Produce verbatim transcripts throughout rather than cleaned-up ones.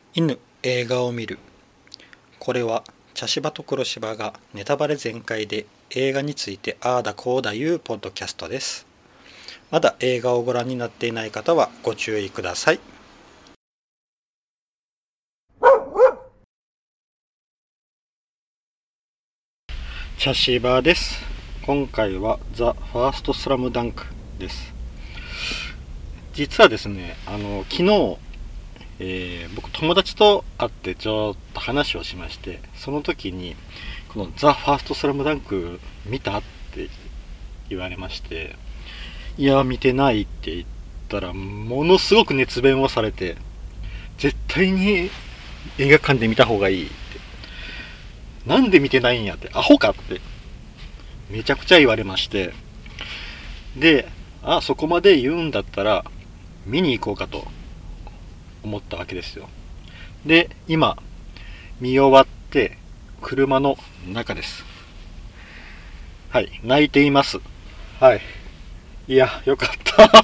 犬映画を見る。これは茶芝と黒芝がネタバレ全開で映画についてああだこうだいうポッドキャストです。まだ映画をご覧になっていない方はご注意ください。茶芝です。今回はザ・ファーストスラムダンクです。実はですね、あの昨日えー、僕友達と会ってちょっと話をしまして、その時にこのザ・ファーストスラムダンク見たって言われまして、いや見てないって言ったらものすごく熱弁をされて、絶対に映画館で見た方がいいって、なんで見てないんやって、アホかってめちゃくちゃ言われまして、で、あそこまで言うんだったら見に行こうかと思ったわけですよ。で、今見終わって車の中です。はい、泣いています。はい。いや、よか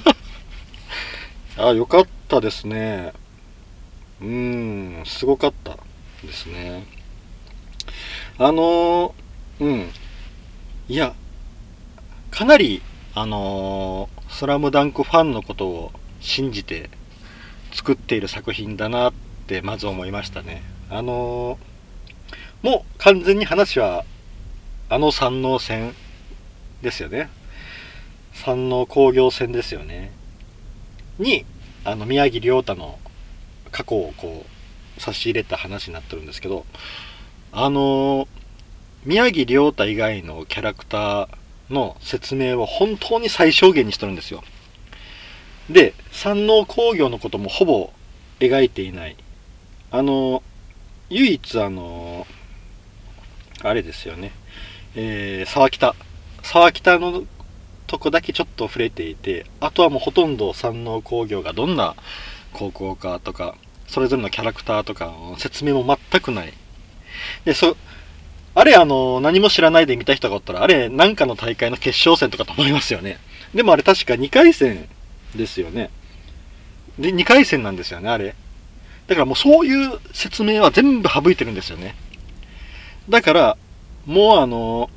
ったあ、よかったですね。うーん、すごかったですね。あのー、うん、いや、かなりあのー、スラムダンクファンのことを信じて作っている作品だなってまず思いましたね。あのー、もう完全に話はあの山王戦ですよね。山王工業戦ですよね。にあの宮城亮太の過去をこう差し入れた話になってるんですけど、あのー、宮城亮太以外のキャラクターの説明を本当に最小限にしてるんですよ。で、山王工業のこともほぼ描いていない。あの唯一あのあれですよね、えー、沢北沢北のとこだけちょっと触れていて、あとはもうほとんど山王工業がどんな高校かとか、それぞれのキャラクターとかの説明も全くない。で、そあれあの何も知らないで見た人がおったら、あれなんかの大会の決勝戦とかと思いますよね。でもあれ確かにかい戦ですよね。でにかい戦なんですよね、あれ。だからもうそういう説明は全部省いてるんですよね。だからもうあの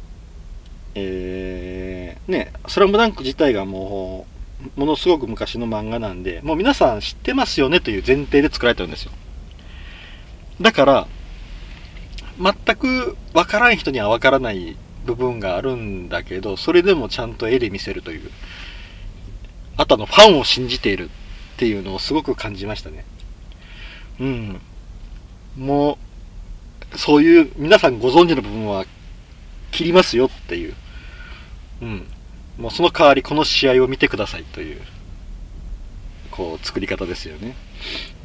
えー、ね、スラムダンク自体がもうものすごく昔の漫画なんで、もう皆さん知ってますよねという前提で作られてるんですよ。だから全く分からん人には分からない部分があるんだけど、それでもちゃんと絵で見せるという、あとのファンを信じているっていうのをすごく感じましたね。うん。もうそういう皆さんご存知の部分は切りますよっていう、うん、もうその代わりこの試合を見てくださいというこう作り方ですよね。うん。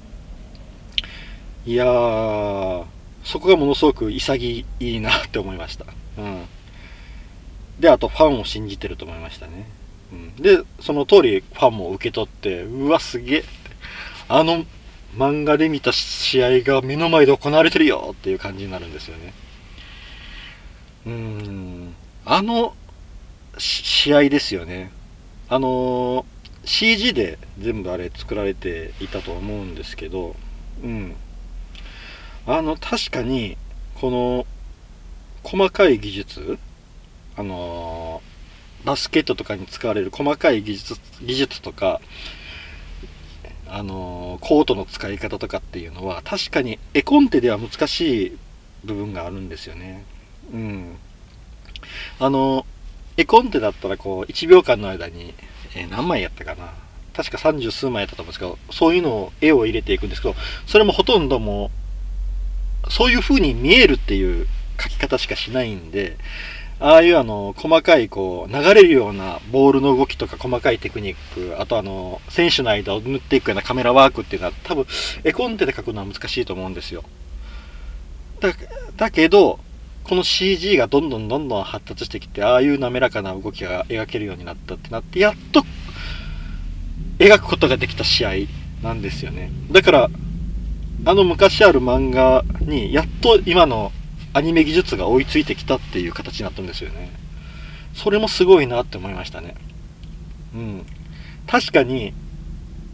いやー、そこがものすごく潔いなって思いました。うん。で、あとファンを信じてると思いましたね。うん、で、その通りファンも受け取って、うわすげえ、あの漫画で見た試合が目の前で行われてるよっていう感じになるんですよね。うーん、あの試合ですよね。あの シージー で全部あれ作られていたと思うんですけど、うん、あの確かにこの細かい技術、あのバスケットとかに使われる細かい技術技術とか、あのコートの使い方とかっていうのは確かに絵コンテでは難しい部分があるんですよね。うん。あの絵コンテだったらこういちびょうかんの間に、えー何枚やったかな、確かさんじゅう数枚やったと思うんですけど、そういうのを絵を入れていくんですけど、それもほとんどもうそういう風に見えるっていう描き方しかしないんで、ああいうあの細かいこう流れるようなボールの動きとか細かいテクニック、あとあの選手の間を塗っていくようなカメラワークっていうのは多分絵コンテで描くのは難しいと思うんですよ。だだけどこの シージー がどんどんどんどん発達してきて、ああいう滑らかな動きが描けるようになったってなって、やっと描くことができた試合なんですよね。だからあの昔ある漫画にやっと今のアニメ技術が追いついてきたっていう形になったんですよね。それもすごいなって思いましたね。うん。確かに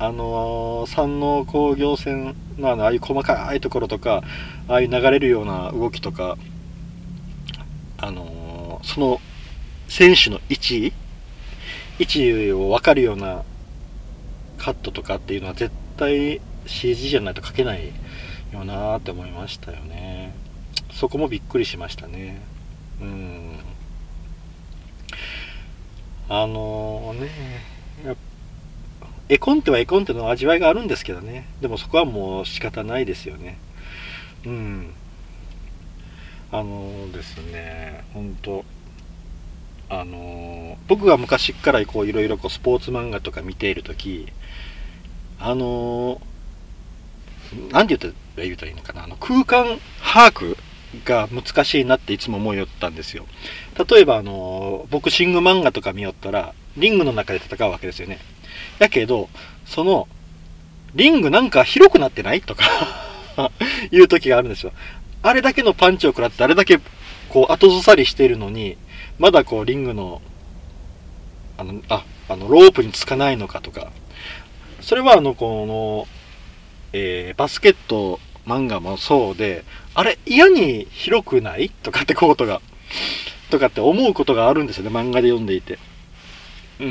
あのー、山王工業線のあのああいう細かいところとか、ああいう流れるような動きとか、あのー、その選手の位置位置を分かるようなカットとかっていうのは絶対 シージー じゃないと描けないよなーって思いましたよね。そこもびっくりしましたね。うん。あのー、ね絵コンテは絵コンテの味わいがあるんですけどね。でもそこはもう仕方ないですよね。うん。あのー、ですね、本当あのー、僕が昔からこういろいろこうスポーツ漫画とか見ているとき、あのー、なんて言ったら言ったらいいのかな、あの空間把握が難しいなっていつも思いよったんですよ。例えばあのボクシング漫画とか見よったらリングの中で戦うわけですよね。やけどそのリングなんか広くなってないとかいう時があるんですよ。あれだけのパンチを食らってあれだけこう後ずさりしているのにまだこうリングのあのああのロープにつかないのかとか、それはあのこの、えー、バスケット漫画もそうで、あれ嫌に広くないとかってことがとかって思うことがあるんですよね、漫画で読んでいて。うん。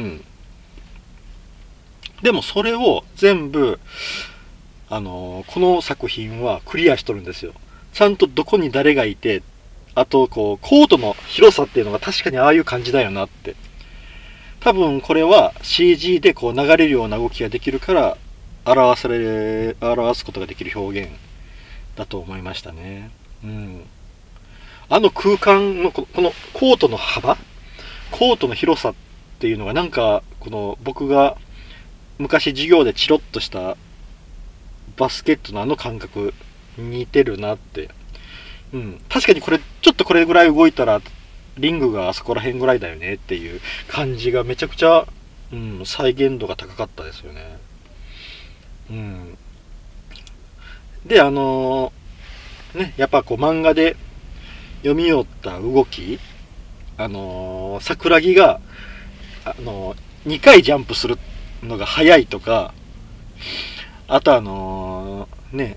でもそれを全部あのーこの作品はクリアしとるんですよ。ちゃんとどこに誰がいて、あとこうコートの広さっていうのが確かにああいう感じだよなって。多分これは シージー でこう流れるような動きができるから表され表すことができる表現だと思いましたね。うん。あの空間のこのコートの幅、コートの広さっていうのがなんかこの僕が昔授業でチロッとしたバスケットのあの感覚に似てるなって。うん。確かにこれちょっとこれぐらい動いたらリングがあそこら辺ぐらいだよねっていう感じがめちゃくちゃ、うん、再現度が高かったですよね。うん。で、あのーね、やっぱこう漫画で読み寄った動き、あのー桜木が、あのーにかいジャンプするのが早いとか、あとあのーね、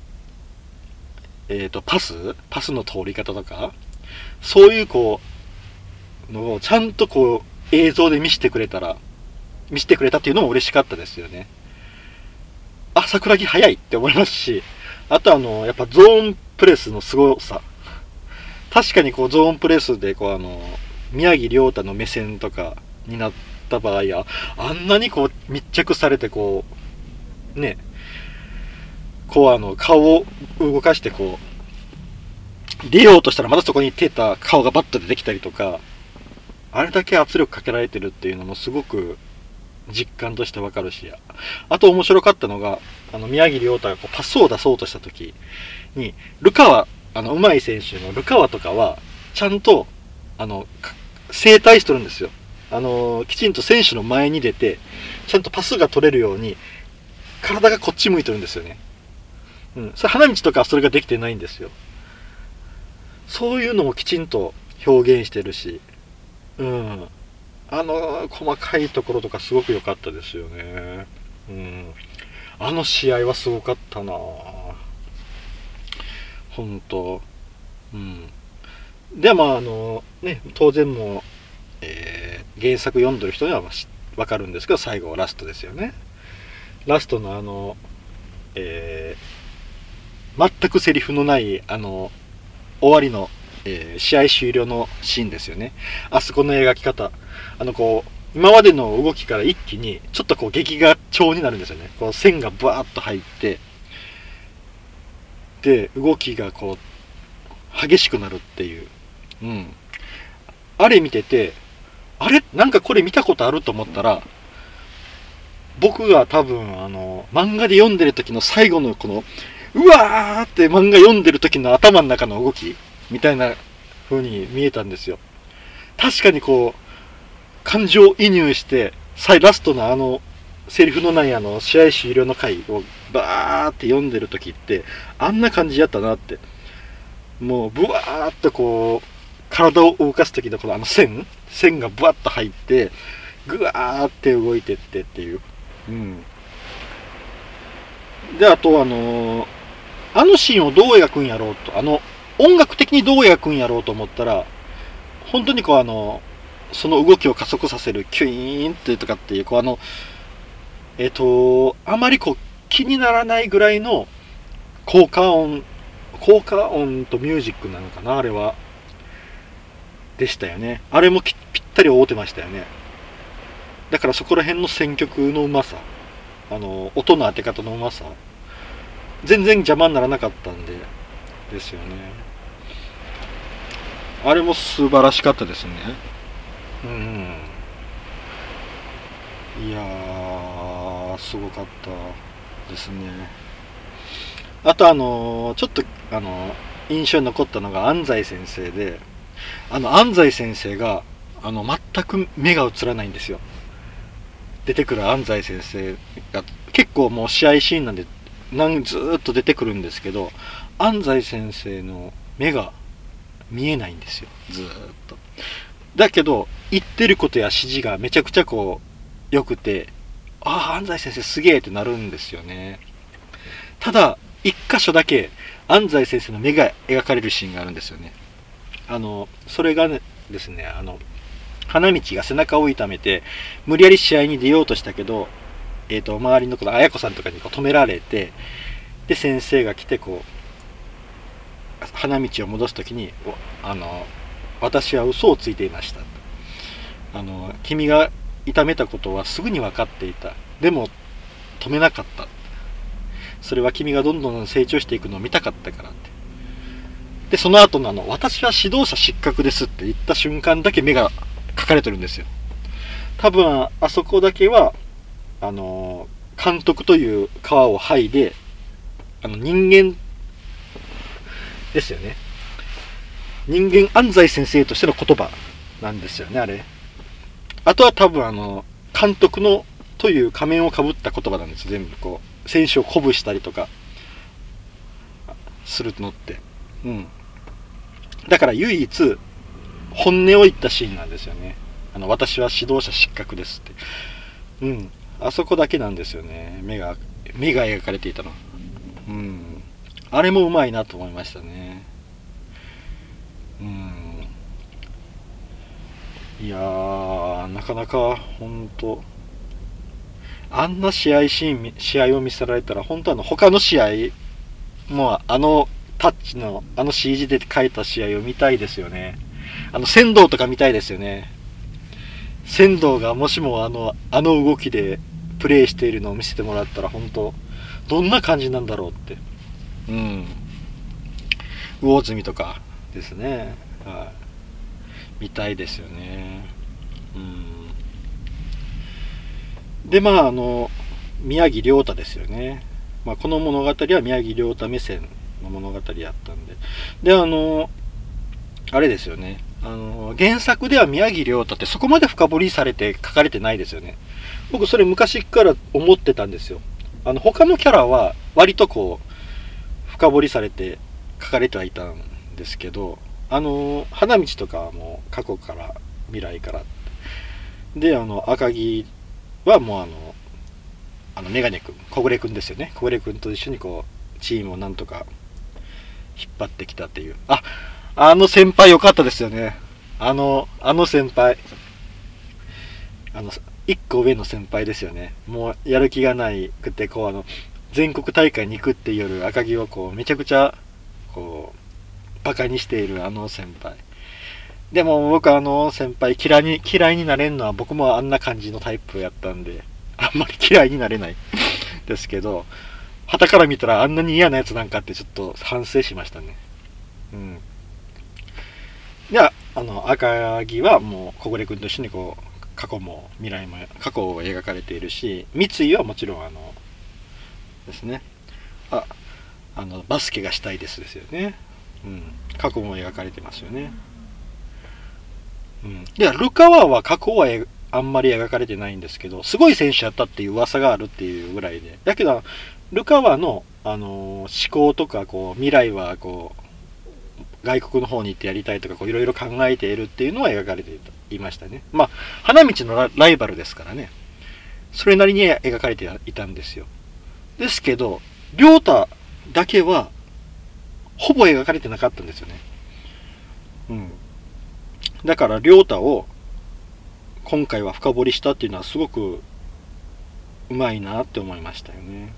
えっ、と、パスパスの通り方とか、そういうこう、のをちゃんとこう、映像で見せてくれたら、見せてくれたっていうのも嬉しかったですよね。あ、桜木早いって思いますし、あとあの、やっぱゾーンプレスの凄さ。確かにこう、ゾーンプレスでこう、あの、宮城亮太の目線とかになった場合は、あんなにこう、密着されてこう、ね、こうあの、顔を動かしてこう、出ようとしたらまたそこに手た顔がバッと出てきたりとか、あれだけ圧力かけられてるっていうのもすごく実感としてわかるし、あと面白かったのが、あの宮城亮太がこうパスを出そうとした時に、ルカワ、あの上手い選手のルカワとかはちゃんとあの正対しとるんですよ。あのきちんと選手の前に出てちゃんとパスが取れるように体がこっち向いてるんですよね。うん、それ花道とかはそれができてないんですよ。そういうのもきちんと表現してるし、うん、あの細かいところとかすごく良かったですよね。うん、あの試合はすごかったな本当。うん。でまああのね当然もう、えー原作読んでる人にはわかるんですけど、最後はラストですよね。ラストのあの、えー全くセリフのないあの終わりの、えー試合終了のシーンですよね。あそこの描き方、あのこう今までの動きから一気にちょっとこう劇画調になるんですよね。こう線がブワーッと入って、で動きがこう激しくなるっていう。うん。あれ見てて、あれなんかこれ見たことあると思ったら、僕が多分あの漫画で読んでる時の最後のこのうわーって漫画読んでる時の頭の中の動きみたいな風に見えたんですよ。確かにこう感情移入して最ラストのあのセリフのないあの試合終了の回をバーって読んでる時ってあんな感じやったなって。もうブワーっとこう体を動かす時のこのあの線線がブワッと入ってグワーって動いてってっていう、うん、 で、あとあのーあのシーンをどう描くんやろうと、あの、音楽的にどう描くんやろうと思ったら、本当にこうあの、その動きを加速させる、キュイーンってとかっていう、こうあの、えっと、あまりこう気にならないぐらいの効果音、効果音とミュージックなのかな、あれは。でしたよね。あれもぴったり合うてましたよね。だからそこら辺の選曲のうまさ、あの、音の当て方のうまさ、全然邪魔にならなかったんで、ですよね。あれも素晴らしかったですね。うん。いやー、すごかったですね。あとあのーちょっと、あのー印象に残ったのが安西先生で、あの、安西先生が、あの、全く目が映らないんですよ。出てくる安西先生が、結構もう試合シーンなんで、なんずーっと出てくるんですけど、安西先生の目が見えないんですよ。ずーっと。だけど、言ってることや指示がめちゃくちゃこう、良くて、ああ、安西先生すげえってなるんですよね。ただ、一箇所だけ安西先生の目が描かれるシーンがあるんですよね。あの、それがねですね、あの、花道が背中を痛めて、無理やり試合に出ようとしたけど、えっと、周りの子の綾子さんとかにこう止められて、で、先生が来て、こう、花道を戻すときに、あの、私は嘘をついていました。あの、君が痛めたことはすぐに分かっていた。でも、止めなかった。それは君がどんどん成長していくのを見たかったからって。で、その後のあの、私は指導者失格ですって言った瞬間だけ目が描かれてるんですよ。多分、あそこだけは、あの、監督という皮を剥いで、あの、人間ですよね。人間安西先生としての言葉なんですよね、あれ。あとは多分あの、監督のという仮面をかぶった言葉なんです、全部こう。選手を鼓舞したりとか、するのって。うん。だから唯一、本音を言ったシーンなんですよね。あの、私は指導者失格ですって。うん。あそこだけなんですよね。目が、目が描かれていたの。うん。あれもうまいなと思いましたね。うん。いやー、なかなか、ほんと、あんな試合シーン、試合を見せられたら、本当あの、他の試合、もうあのタッチの、あの シージー で書いた試合を見たいですよね。あの、仙道とか見たいですよね。仙道がもしもあの、あの動きでプレイしているのを見せてもらったら、本当どんな感じなんだろうって。うん。魚住とかですね。はい。見たいですよね。うん。で、まあ、あの、宮城亮太ですよね。まあ、この物語は宮城亮太目線の物語やったんで。で、あの、あれですよね。あの、原作では宮城亮太ってそこまで深掘りされて書かれてないですよね。僕それ昔から思ってたんですよ。あの、他のキャラは割とこう、深掘りされて書かれてはいたんですけど、あの、花道とかはもう過去から未来から。で、あの、赤木はもうあの、あの、メガネ君、小暮君ですよね。小暮君と一緒にこう、チームをなんとか引っ張ってきたっていう。あ、あの先輩良かったですよね。あの、あの先輩。あの、一個上の先輩ですよね。もうやる気がないくて、こうあの、全国大会に行くっていう赤木をこう、めちゃくちゃ、こう、バカにしているあの先輩。でも僕あの先輩嫌いに、嫌いになれんのは僕もあんな感じのタイプやったんで、あんまり嫌いになれないですけど、傍から見たらあんなに嫌なやつなんかってちょっと反省しましたね。うん。で、あの、赤木はもう小暮君と一緒にこう、過去も未来も、過去を描かれているし、三井はもちろんあの、ですね。あ、あの、バスケがしたいですですよね。うん。過去も描かれてますよね。うん。で、ルカワは過去はあんまり描かれてないんですけど、すごい選手やったっていう噂があるっていうぐらいで。だけど、ルカワの、あのー思考とか、こう、未来はこう、外国の方に行ってやりたいとか、こう、いろいろ考えているっていうのは描かれていましたね。まあ、花道の ラ, ライバルですからね。それなりに描かれていたんですよ。ですけど、 亮太だけはほぼ描かれてなかったんですよね。うん。だから亮太を今回は深掘りしたっていうのはすごくうまいなって思いましたよね。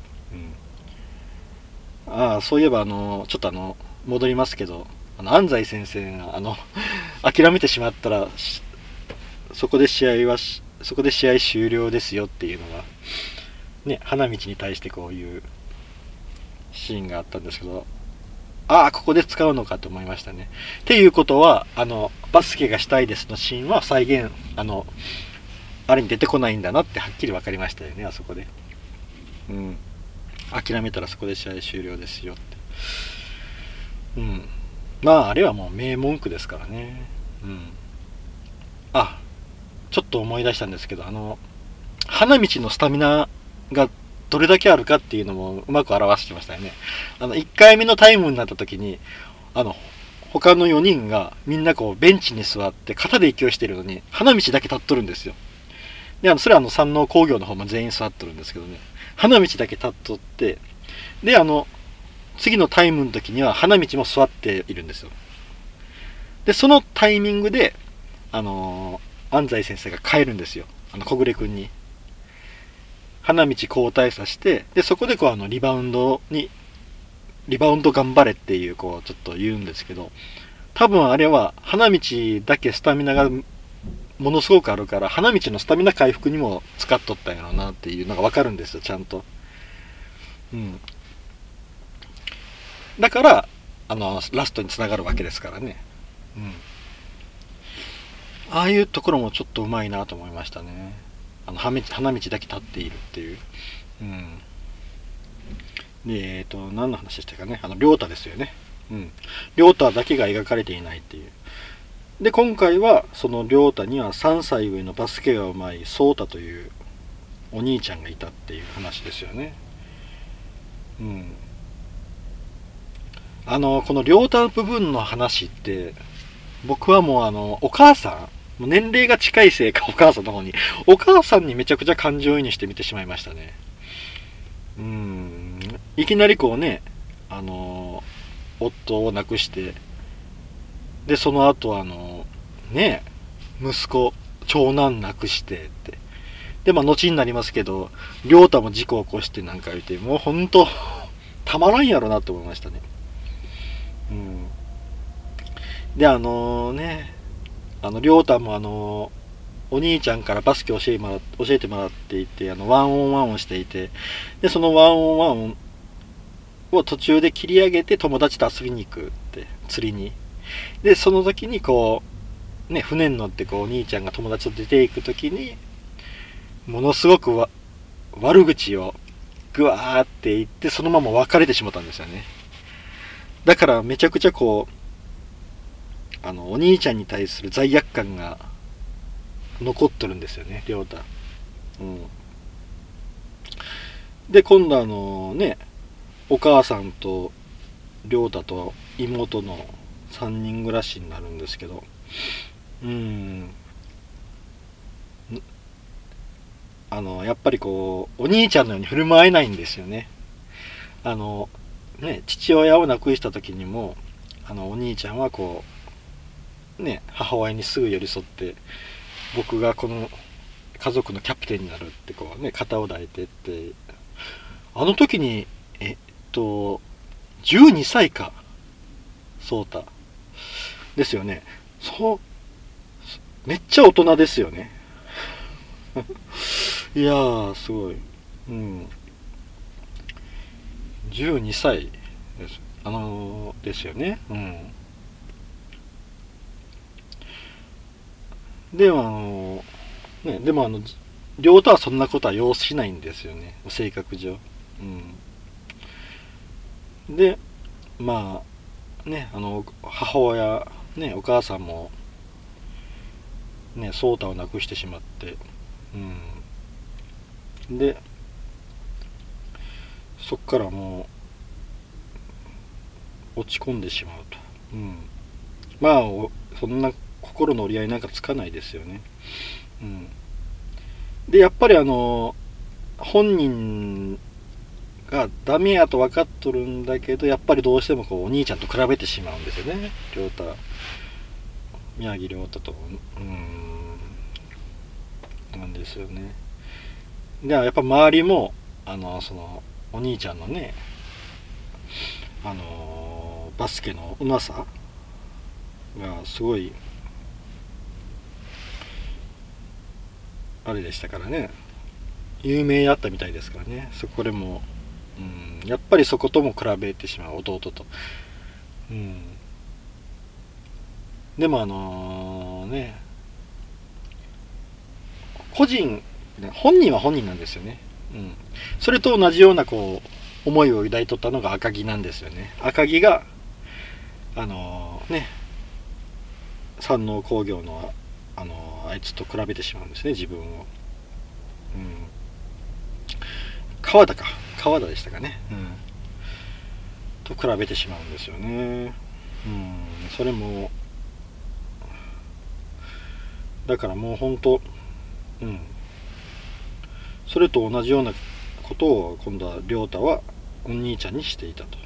うん。ああ、そういえばあのちょっとあの戻りますけど、あの安西先生があの諦めてしまったらそこで試合はそこで試合終了ですよっていうのがね、花道に対してこういうシーンがあったんですけど、ああここで使うのかと思いましたね。っていうことはあのバスケがしたいですのシーンは再現あのあれに出てこないんだなってはっきり分かりましたよね、あそこで。うん。諦めたらそこで試合終了ですよって。うん。まああれはもう名文句ですからね。うん。あ、ちょっと思い出したんですけど、あの花道のスタミナがどれだけあるかっていうのもうまく表してましたよね。あのいっかいめのタイムになった時にあの他のよにんがみんなこうベンチに座って肩で息をしてるのに花道だけ立っとるんですよ。で、あのそれはあの山王工業の方も全員座っとるんですけどね、花道だけ立っとって、であの次のタイムの時には花道も座っているんですよ。でそのタイミングであのー、安西先生が帰るんですよ、あの小暮君に花道交代させて、でそこでこうあのリバウンドにリバウンド頑張れっていうこうちょっと言うんですけど、多分あれは花道だけスタミナがものすごくあるから花道のスタミナ回復にも使っとったんやろうなっていうのが分かるんですよ、ちゃんと。うん。だからあのラストにつながるわけですからね。うん。ああいうところもちょっとうまいなと思いましたね。あの花道だけ立っているっていう。うん。で、えっ、ー、と、何の話でしたかね。あの、亮太ですよね。うん。亮太だけが描かれていないっていう。で、今回は、その亮太にはさんさい上のバスケがうまい颯太というお兄ちゃんがいたっていう話ですよね。うん。あの、この亮太部分の話って、僕はもうあの、お母さん、もう年齢が近いせいかお母さんの方に、お母さんにめちゃくちゃ感情移入して見てしまいましたね。うん。いきなりこうね、あの、夫を亡くして、で、その後あの、ね、息子、長男亡くしてって。で、まあ、後になりますけど、亮太も事故を起こしてなんか言って、もうほんと、たまらんやろなって思いましたね。うん。で、あのね、あの、亮太もあの、お兄ちゃんからバスケ教えもら教えてもらっていて、あの、ワンオンワンをしていて、で、そのワンオンワンを途中で切り上げて友達と遊びに行くって、釣りに。で、その時にこう、ね、船に乗ってこう、お兄ちゃんが友達と出ていく時に、ものすごくわ悪口をぐわーって言って、そのまま別れてしまったんですよね。だからめちゃくちゃこう、あの、お兄ちゃんに対する罪悪感が残ってるんですよね、亮太。うん。で、今度あのね、お母さんと亮太と妹のさんにん暮らしになるんですけど、うーん、あの、やっぱりこう、お兄ちゃんのように振る舞えないんですよね。あの、ね、父親を亡くした時にも、あの、お兄ちゃんはこう、ね、母親にすぐ寄り添って、僕がこの家族のキャプテンになるってこうね、肩を抱いてって、あの時に、えっと、じゅうにさいか、そうた。ですよね。そう、めっちゃ大人ですよね。いやー、すごい。うん。じゅうにさいです。あのー、ですよね。うん。で、あのー、ね、でもあの、両太はそんなことは要しないんですよね。性格上。うん。で、まあ、ね、あの、母親、ね、お母さんも、ね、颯太を亡くしてしまって、うん。で、そっからもう、落ち込んでしまうと。うん。まあ、そんな心の折り合いなんかつかないですよね。うん。で、やっぱりあの、本人がダメやと分かっとるんだけど、やっぱりどうしてもこうお兄ちゃんと比べてしまうんですよね、亮太宮城亮太と。うーんなんですよね。でやっぱ周りもあのそのお兄ちゃんのね、あのバスケのうまさがすごいあれでしたからね、有名やったみたいですからね。そこでも、うん、やっぱりそことも比べてしまう弟と、うん、でもあのね、個人本人は本人なんですよね、うん、それと同じようなこう思いを抱いとったのが赤木なんですよね。赤木があのー、ね山王工業のあのー、あいつと比べてしまうんですね、自分を。うん、川田か川田でしたかね、うん、と比べてしまうんですよね。うん、それもだからもう本当、うん、それと同じようなことを今度は亮太はお兄ちゃんにしていたと。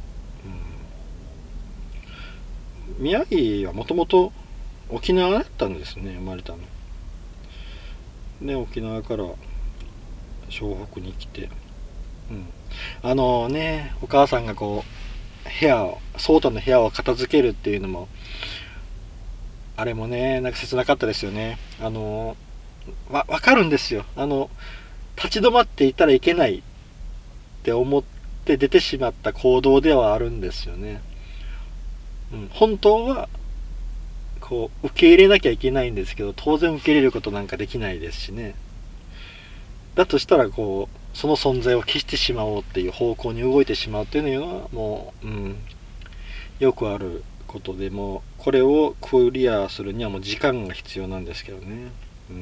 うん、宮城はもともと沖縄だったんですね、生まれたの。で沖縄から湘北に来て、うん、あのねお母さんがこう部屋を颯太の部屋を片付けるっていうのもあれもねなんか切なかったですよね。あのわ分かるんですよ。あの立ち止まっていたらいけないって思って出てしまった行動ではあるんですよね。うん、本当はこう受け入れなきゃいけないんですけど、当然受け入れることなんかできないですしね。だとしたらこうその存在を消してしまおうっていう方向に動いてしまうっていうのはもう、うん、よくあることで、もこれをクリアするにはもう時間が必要なんですけどね。うん、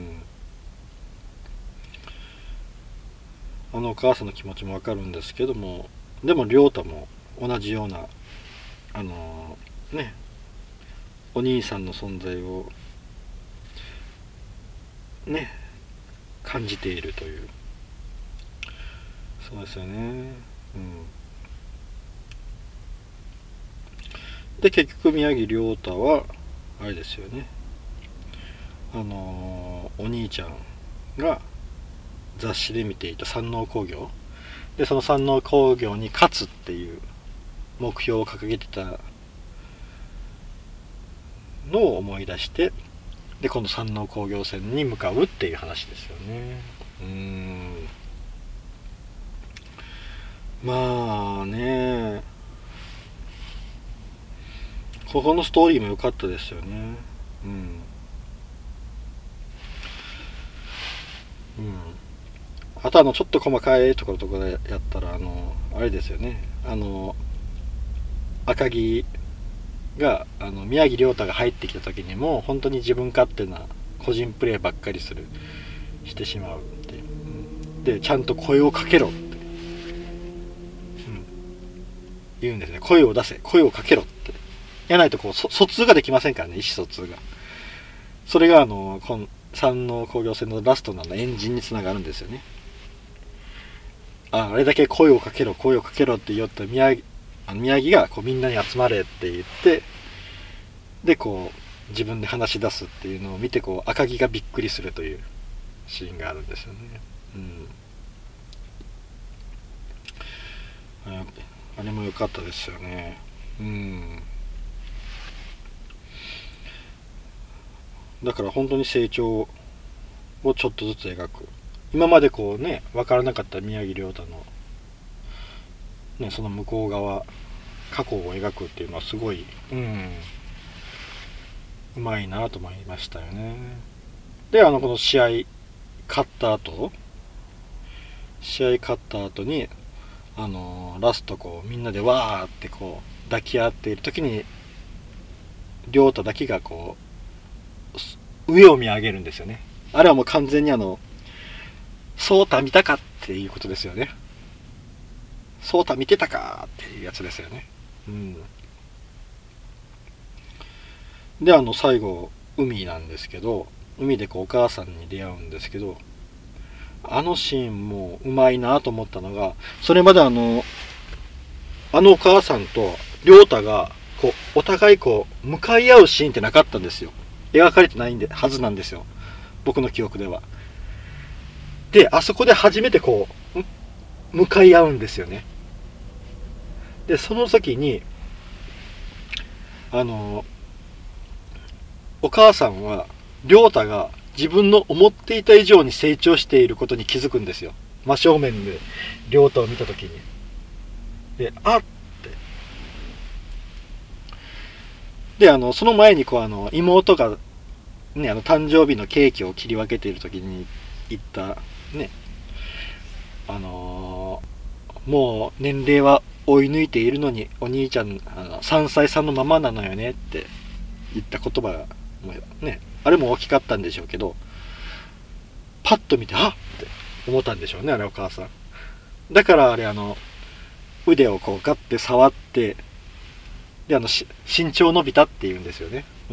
あのお母さんの気持ちもわかるんですけども、でも亮太も同じようなあのー、ねお兄さんの存在をね感じているという。そうですよね。うん、で結局宮城亮太はあれですよね、あのー、お兄ちゃんが雑誌で見ていた山王工業で、その山王工業に勝つっていう目標を掲げてたのを思い出して、で今度山王工業戦に向かうっていう話ですよね。うーんまあね、ここのストーリーも良かったですよね。うん、うん、あとあのちょっと細かいところとかでやったらあのあれですよね、あの赤城があの宮城亮太が入ってきた時にも本当に自分勝手な個人プレーばっかりするしてしまうっていう、うん、でちゃんと声をかけろって、うん、言うんですね。声を出せ声をかけろってやないとこう疎通ができませんからね、意思疎通が。それがあのこの山王工業戦のラストのエンジンにつながるんですよね。ああれだけ声をかけろ声をかけろって言った宮城あの宮城がこうみんなに集まれって言って、でこう自分で話し出すっていうのを見てこう赤城がびっくりするというシーンがあるんですよね。うん、ああれも良かったですよね。うん、だから本当に成長をちょっとずつ描く。今までこうね分からなかった宮城亮太の、ね、その向こう側過去を描くっていうのはすごい、うん、うまいなと思いましたよね。であのこの試合勝った後試合勝った後にあのー、ラストこうみんなでわーってこう抱き合っている時に亮太だけがこう上を見上げるんですよね。あれはもう完全にあのソータ見たかっていうことですよね。ソータ見てたかっていうやつですよね。うん、であの最後海なんですけど、海でこうお母さんに出会うんですけど、 あのシーンもうまいなと思ったのが、それまであのあのお母さんと亮太がこうお互いこう向かい合うシーンってなかったんですよ。描かれてないんではずなんですよ、僕の記憶では。であそこで初めてこう向かい合うんですよね。でその時にあのお母さんは亮太が自分の思っていた以上に成長していることに気づくんですよ。真正面で亮太を見た時に。であってであのその前にこうあの妹がねあの誕生日のケーキを切り分けている時に言ったねあのー、もう年齢は追い抜いているのにお兄ちゃんあのさんさい差のままなのよねって言った言葉がねあれも大きかったんでしょうけど、パッと見てあっって思ったんでしょうね、あれお母さん。だからあれあの腕をこうガッて触ってであの身長伸びたっていうんですよね。うん。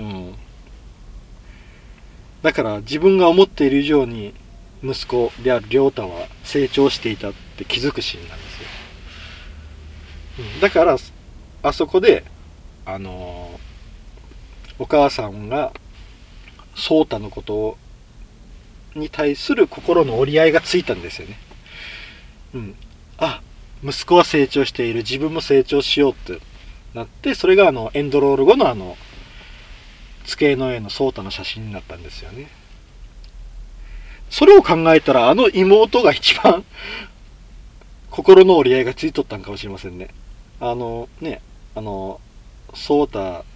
だから自分が思っている以上に息子である亮太は成長していたって気づくシーンなんですよ。うん、だからあそこであのー、お母さんが颯太のことに対する心の折り合いがついたんですよね。うん。あ、息子は成長している、自分も成長しようってなって、それがあのエンドロール後のあの机の上の颯太の写真になったんですよね。それを考えたらあの妹が一番心の折り合いがついとったんかもしれませんね。あのね、あの颯太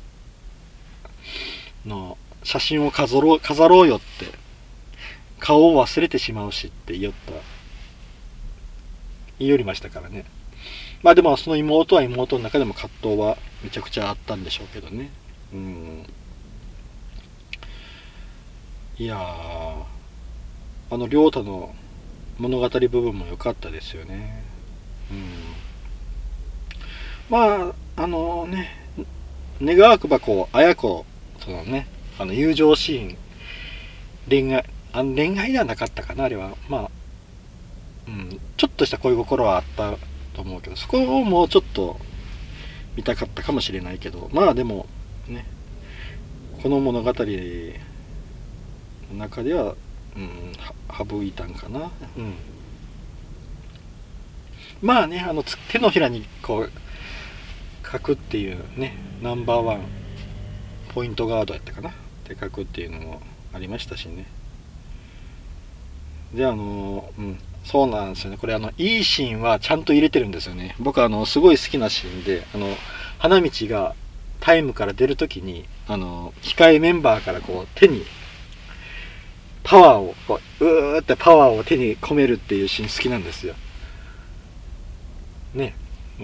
の写真を飾ろう飾ろうよって顔を忘れてしまうしって言いよった言いよりましたからね。まあでもその妹は妹の中でも葛藤はめちゃくちゃあったんでしょうけどね。うん。いやーあの亮太の物語部分も良かったですよね。うん。まああのね願わくばこう綾子とのねあの友情シーン、恋愛あの恋愛ではなかったかなあれは。まあ、うん、ちょっとした恋心はあったと思うけど、そこをもうちょっと見たかったかもしれないけど、まあでもねこの物語の中では、うん、省いたんかな。うん。まあねあの手のひらにこう書くっていうねナンバーワンポイントガードやったかなって書くっていうのもありましたしね。であのうんそうなんですよね。これあのいいシーンはちゃんと入れてるんですよね。僕あのすごい好きなシーンで、あの花道がタイムから出るときにあの控えメンバーからこう手にパワーをこううーってパワーを手に込めるっていうシーン好きなんですよね。うん。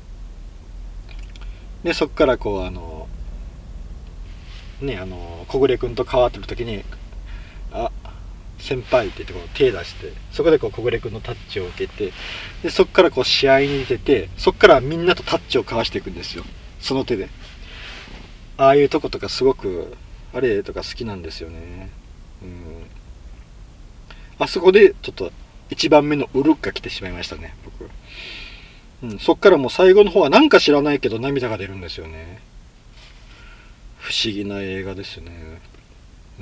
でそっからこうあのねあの小暮君と変わってる時にあ先輩って言ってこう手出して、そこでこう小暮君のタッチを受けて、でそこからこう試合に出て、そこからみんなとタッチを交わしていくんですよ、その手で。ああいうとことかすごくあれとか好きなんですよね。うん。あそこでちょっと一番目のウルッが来てしまいましたね僕。うん、そっからもう最後の方はなんか知らないけど涙が出るんですよね。不思議な映画ですね。うん。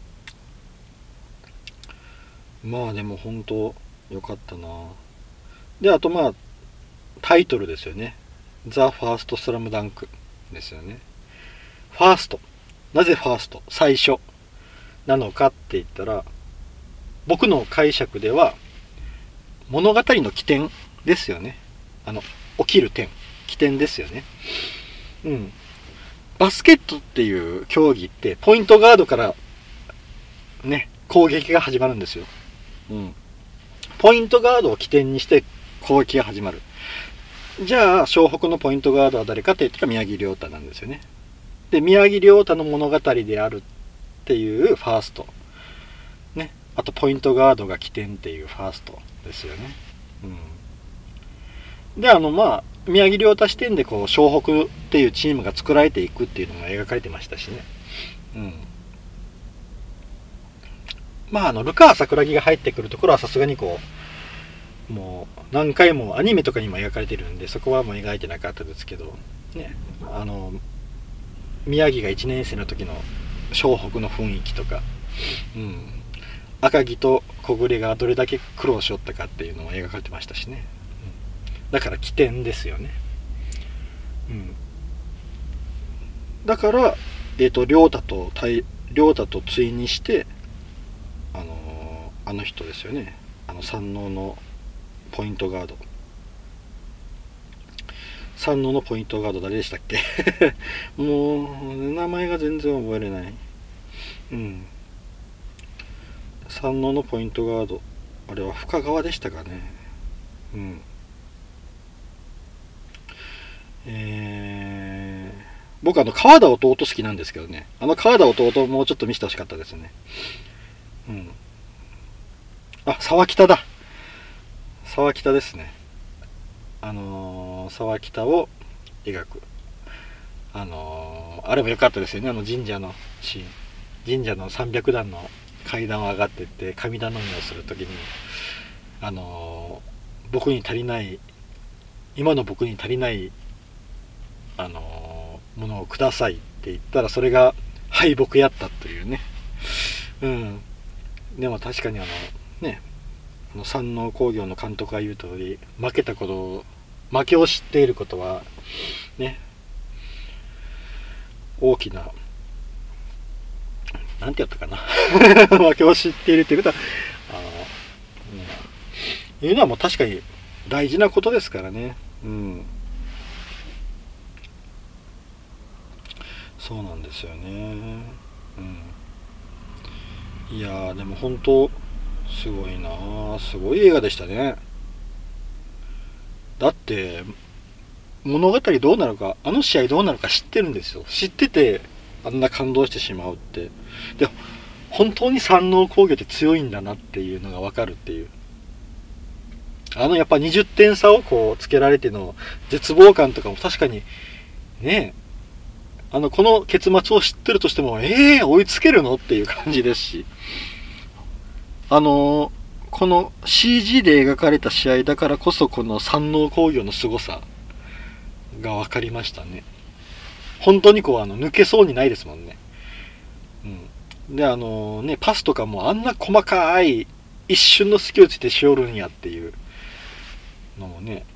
まあでも本当良かったな。であとまあタイトルですよね。ザ・ファースト・スラムダンクですよね。ファースト、なぜファースト最初なのかって言ったら、僕の解釈では物語の起点ですよね。あの起きる点、起点ですよね。うん。バスケットっていう競技ってポイントガードからね攻撃が始まるんですよ。うん。ポイントガードを起点にして攻撃が始まる。じゃあ湘北のポイントガードは誰かって言ったら宮城亮太なんですよね。で宮城亮太の物語であるっていうファーストね。あとポイントガードが起点っていうファーストですよね。うん。であのまあ宮城亮太視点でこう湘北っていうチームが作られていくっていうのが描かれてましたしね。うん。 まああのルカワ桜木が入ってくるところはさすがにこうもう何回もアニメとかにも描かれてるんで、そこはもう描いてなかったですけどね、あの宮城がいちねん生の時の湘北の雰囲気とか、うん、赤城と小暮がどれだけ苦労しよったかっていうのを描かれてましたしね、うん、だから起点ですよね、うん、だからえっ、ー、と亮太と亮太と対にしてあのー、あの人ですよね、あの山王のポイントガード、山王のポイントガード誰でしたっけもう名前が全然覚えれない。うん、山王のポイントガード、あれは深川でしたかね。うん、えー、僕あの川田弟好きなんですけどね、あの川田弟もうちょっと見せてほしかったですね。うん、あ、沢北だ、沢北ですね。あのー、沢北を描く、あのー、あれも良かったですよね、あの神社のシーン、神社のさんびゃくだんの階段を上がってって神頼みをするときに、あのー、僕に足りない今の僕に足りないあのー、ものをくださいって言ったらそれが敗北やったというね。うん。でも確かにあのね、あの山王工業の監督が言う通り、負けたことを負けを知っていることはね、大きな、なんてやったかな負けを知っているっていうことは、あの、うん、いうのはもう確かに大事なことですからね。うん。そうなんですよね。うん。いやーでも本当すごいな、すごい映画でしたね。だって物語どうなるか、あの試合どうなるか知ってるんですよ。知っててあんな感動してしまうって、で本当に山王工業って強いんだなっていうのが分かるっていう、あのやっぱにじゅってん差をこうつけられての絶望感とかも確かにね、あのこの結末を知ってるとしてもえー追いつけるのっていう感じですし、あのこの シージー で描かれた試合だからこそこの山王工業の凄さが分かりましたね。本当にこうあの抜けそうにないですもんね。うん、であのねパスとかもあんな細かい一瞬の隙をついてしおるんやっていうのもね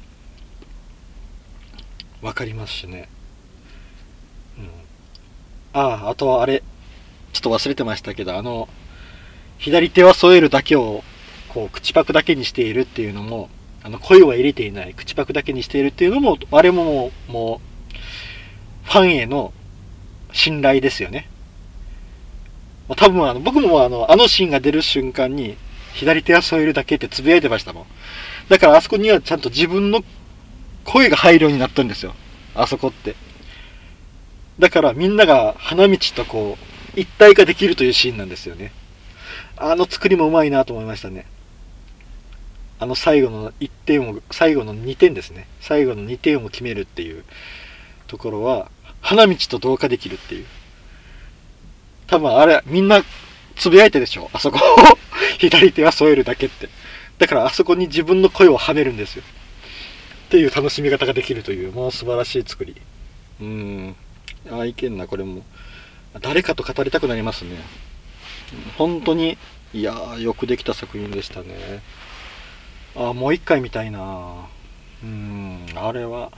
分かりますしね。うん、あああとはあれちょっと忘れてましたけど、あの左手は添えるだけをこう口パクだけにしているっていうのも、あの声は入れていない口パクだけにしているっていうのも、あれももう、もうファンへの信頼ですよね。多分あの僕もあのあのシーンが出る瞬間に左手は添えるだけってつぶやいてましたもん。だからあそこにはちゃんと自分の声が入るようになったんですよ、あそこって。だからみんなが花道とこう一体化できるというシーンなんですよね。あの作りもうまいなと思いましたね。あの最後のいってんを、最後のにてんですね、最後のにてんを決めるっていうところは花道と同化できるっていう、多分あれみんなつぶやいてるでしょ、あそこ左手は添えるだけって。だからあそこに自分の声をはめるんですよっていう楽しみ方ができるという、もう素晴らしい作り。うーん、ああいけんな、これも誰かと語りたくなりますね。本当にいやーよくできた作品でしたね。あ、もう一回見たいな。うーん、あれは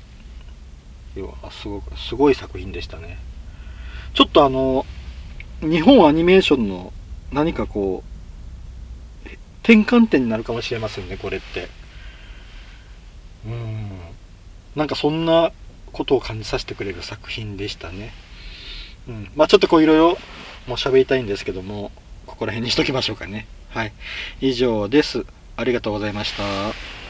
すごくすごい作品でしたね。ちょっとあの日本アニメーションの何かこう転換点になるかもしれませんね、これって。うーん、なんかそんなことを感じさせてくれる作品でしたね。うん、まあちょっとこういろいろもう喋りたいんですけども、ここら辺にしときましょうかね。はい、以上です。ありがとうございました。